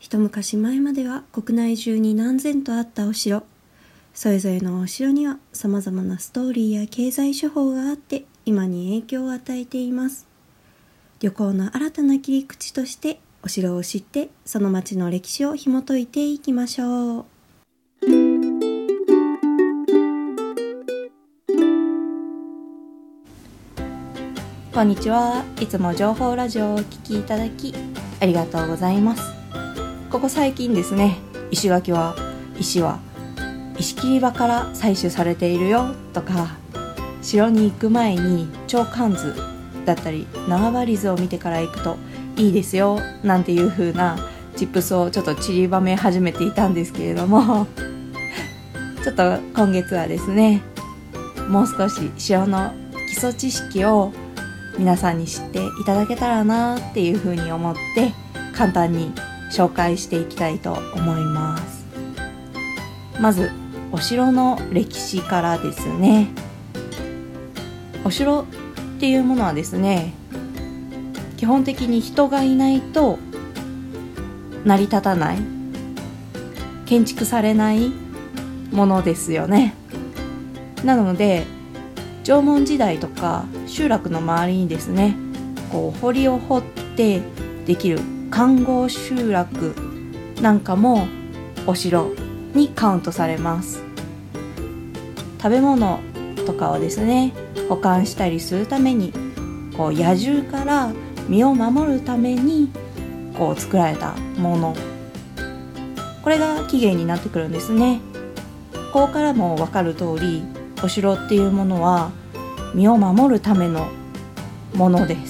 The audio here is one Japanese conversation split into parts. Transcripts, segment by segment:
一昔前までは国内中に何千とあったお城。それぞれのお城には様々なストーリーや経済手法があって今に影響を与えています。旅行の新たな切り口としてお城を知ってその町の歴史を紐解いていきましょう。こんにちは。いつも情報ラジオをお聞きいただきありがとうございます。ここ最近ですね、石は石切り場から採取されているよとか、城に行く前に鳥観図だったり縄張り図を見てから行くといいですよなんていう風なチップスをちょっと散りばめ始めていたんですけれどもちょっと今月はですね、もう少し城の基礎知識を皆さんに知っていただけたらなっていう風に思って簡単に紹介していきたいと思います。まずお城の歴史からですね。お城っていうものはですね、基本的に人がいないと成り立たない、建築されないものですよね。なので縄文時代とか集落の周りにですね、堀を掘ってできる環濠集落なんかもお城にカウントされます。食べ物とかをですね保管したりするために野獣から身を守るために作られたもの、これが起源になってくるんですね。ここからも分かる通り、お城っていうものは身を守るためのものです。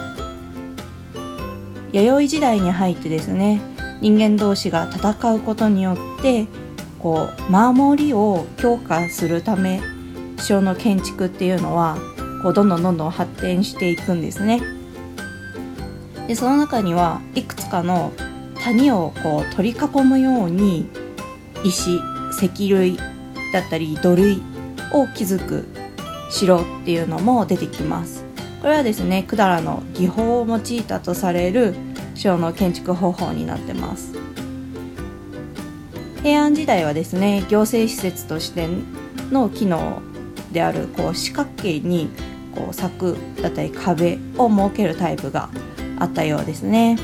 弥生時代に入ってですね、人間同士が戦うことによって守りを強化するため城の建築っていうのはどんどん発展していくんですね。でその中にはいくつかの谷を取り囲むように石類だったり土塁を築く城っていうのも出てきます。これはですね、百済の技法を用いたとされる城の建築方法になってます。平安時代はですね、行政施設としての機能である四角形に柵だったり壁を設けるタイプがあったようですね。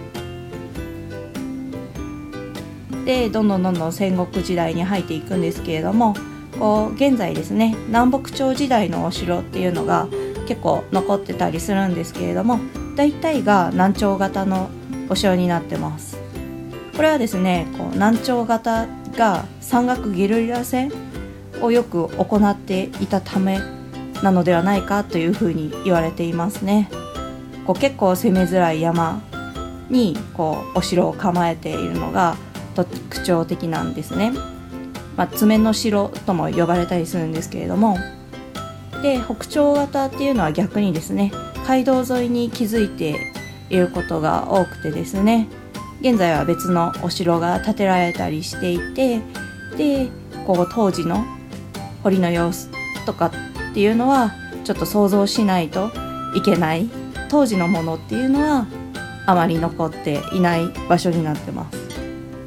でどんどん戦国時代に入っていくんですけれども、現在ですね、南北朝時代のお城っていうのが結構残ってたりするんですけれども、大体が南朝型のお城になってます。これはですね、南朝型が山岳ゲリラ戦をよく行っていたためなのではないかというふうに言われていますね。結構攻めづらい山にお城を構えているのが特徴的なんですね。爪の城とも呼ばれたりするんですけれども、で北朝型っていうのは逆にですね、街道沿いに築いていることが多くてですね、現在は別のお城が建てられたりしていて、で当時の堀の様子とかっていうのはちょっと想像しないといけない、当時のものっていうのはあまり残っていない場所になってます。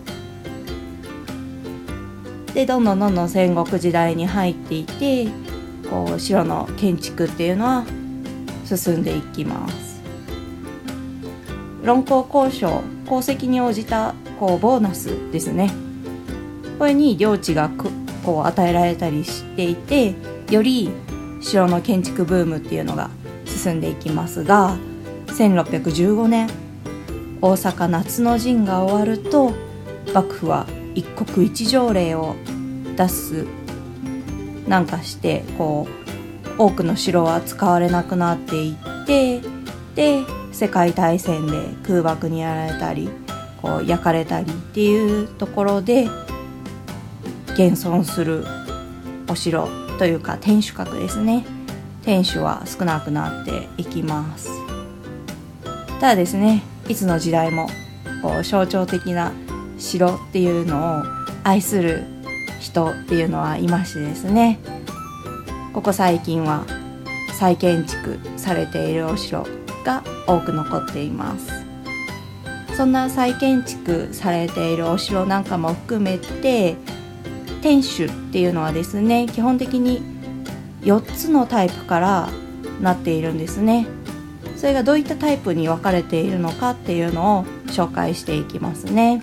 でどんどん戦国時代に入っていて、城の建築っていうのは進んでいきます。論功行賞、功績に応じたボーナスですね、これに領地が与えられたりしていて、より城の建築ブームっていうのが進んでいきますが、1615年大阪夏の陣が終わると、幕府は一国一条例を出すなんかして多くの城は使われなくなっていって、で世界大戦で空爆にやられたり焼かれたりっていうところで現存するお城というか天守閣ですね、天守は少なくなっていきます。ただですね、いつの時代も象徴的な城っていうのを愛する人っていうのはいましてですね、ここ最近は再建築されているお城が多く残っています。 そんな再建築されているお城なんかも含めて、天守っていうのはですね、基本的に4つのタイプからなっているんですね。それがどういったタイプに分かれているのかっていうのを紹介していきますね。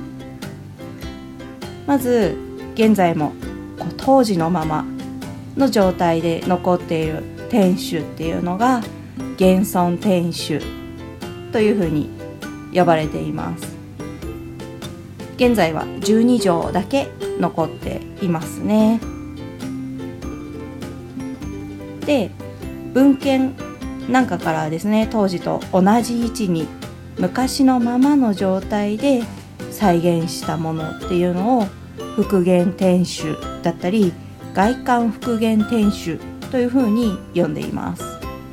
まず現在も当時のままの状態で残っている天守っていうのが現存天守というふうに呼ばれています。現在は12城だけ残っていますね。で、文献なんかからですね、当時と同じ位置に昔のままの状態で再現したものっていうのを復元天守だったり外観復元天守というふうに呼んでいます。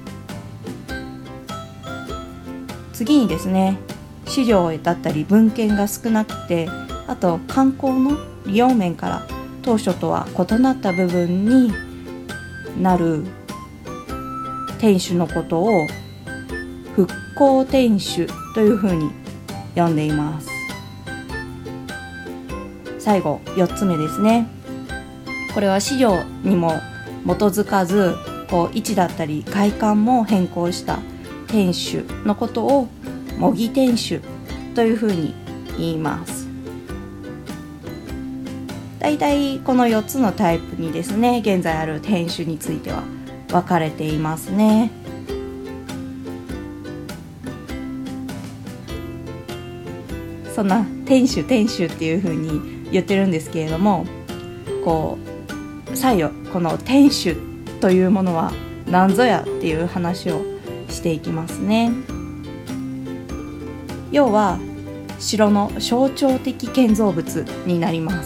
次にですね、資料だったり文献が少なくて、あと観光の利用面から当初とは異なった部分になる天守のことを復興天守というふうに呼んでいます。最後4つ目ですね。これは資料にも基づかず位置だったり外観も変更した天守のことを模擬天守というふうに言います。だいたいこの4つのタイプにですね、現在ある天守については分かれていますね。そんな天守っていう風に言ってるんですけれども、最後この天守というものは何ぞやっていう話をしていきますね。要は城の象徴的建造物になります。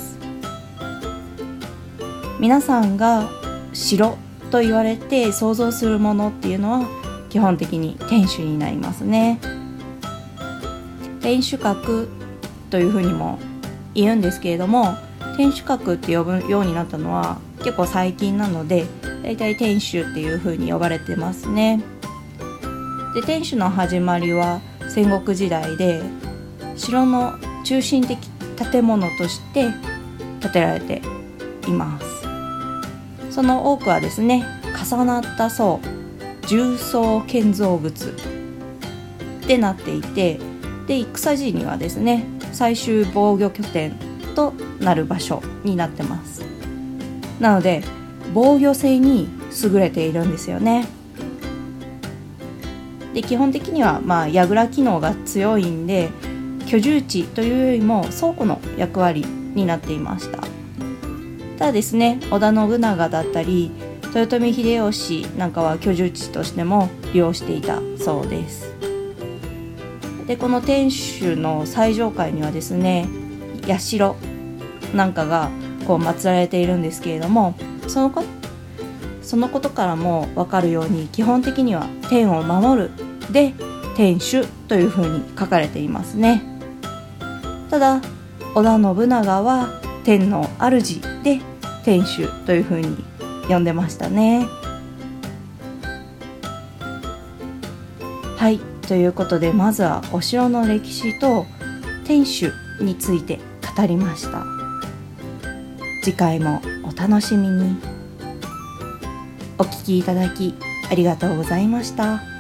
皆さんが城と言われて想像するものっていうのは基本的に天守になりますね。天守閣というふうにも言うんですけれども、天守閣って呼ぶようになったのは結構最近なので、だいたい天守っていうふうに呼ばれてますね。で、天守の始まりは戦国時代で、城の中心的建物として建てられています。その多くはですね、重なった層、重層建造物でなっていて、で、戦時にはですね、最終防御拠点となる場所になってます。なので防御性に優れているんですよね。で、基本的には櫓機能が強いんで、居住地というよりも倉庫の役割になっていました。ただですね、織田信長だったり豊臣秀吉なんかは居住地としても利用していたそうです。で、この天守の最上階にはですね、社なんかが祀られているんですけれども、そのことからも分かるように、基本的には天を守るで天守というふうに書かれていますね。ただ織田信長は天の主で天守というふうに呼んでましたね。はい、ということで、まずはお城の歴史と天守について語りました。次回もお楽しみに。お聞きいただきありがとうございました。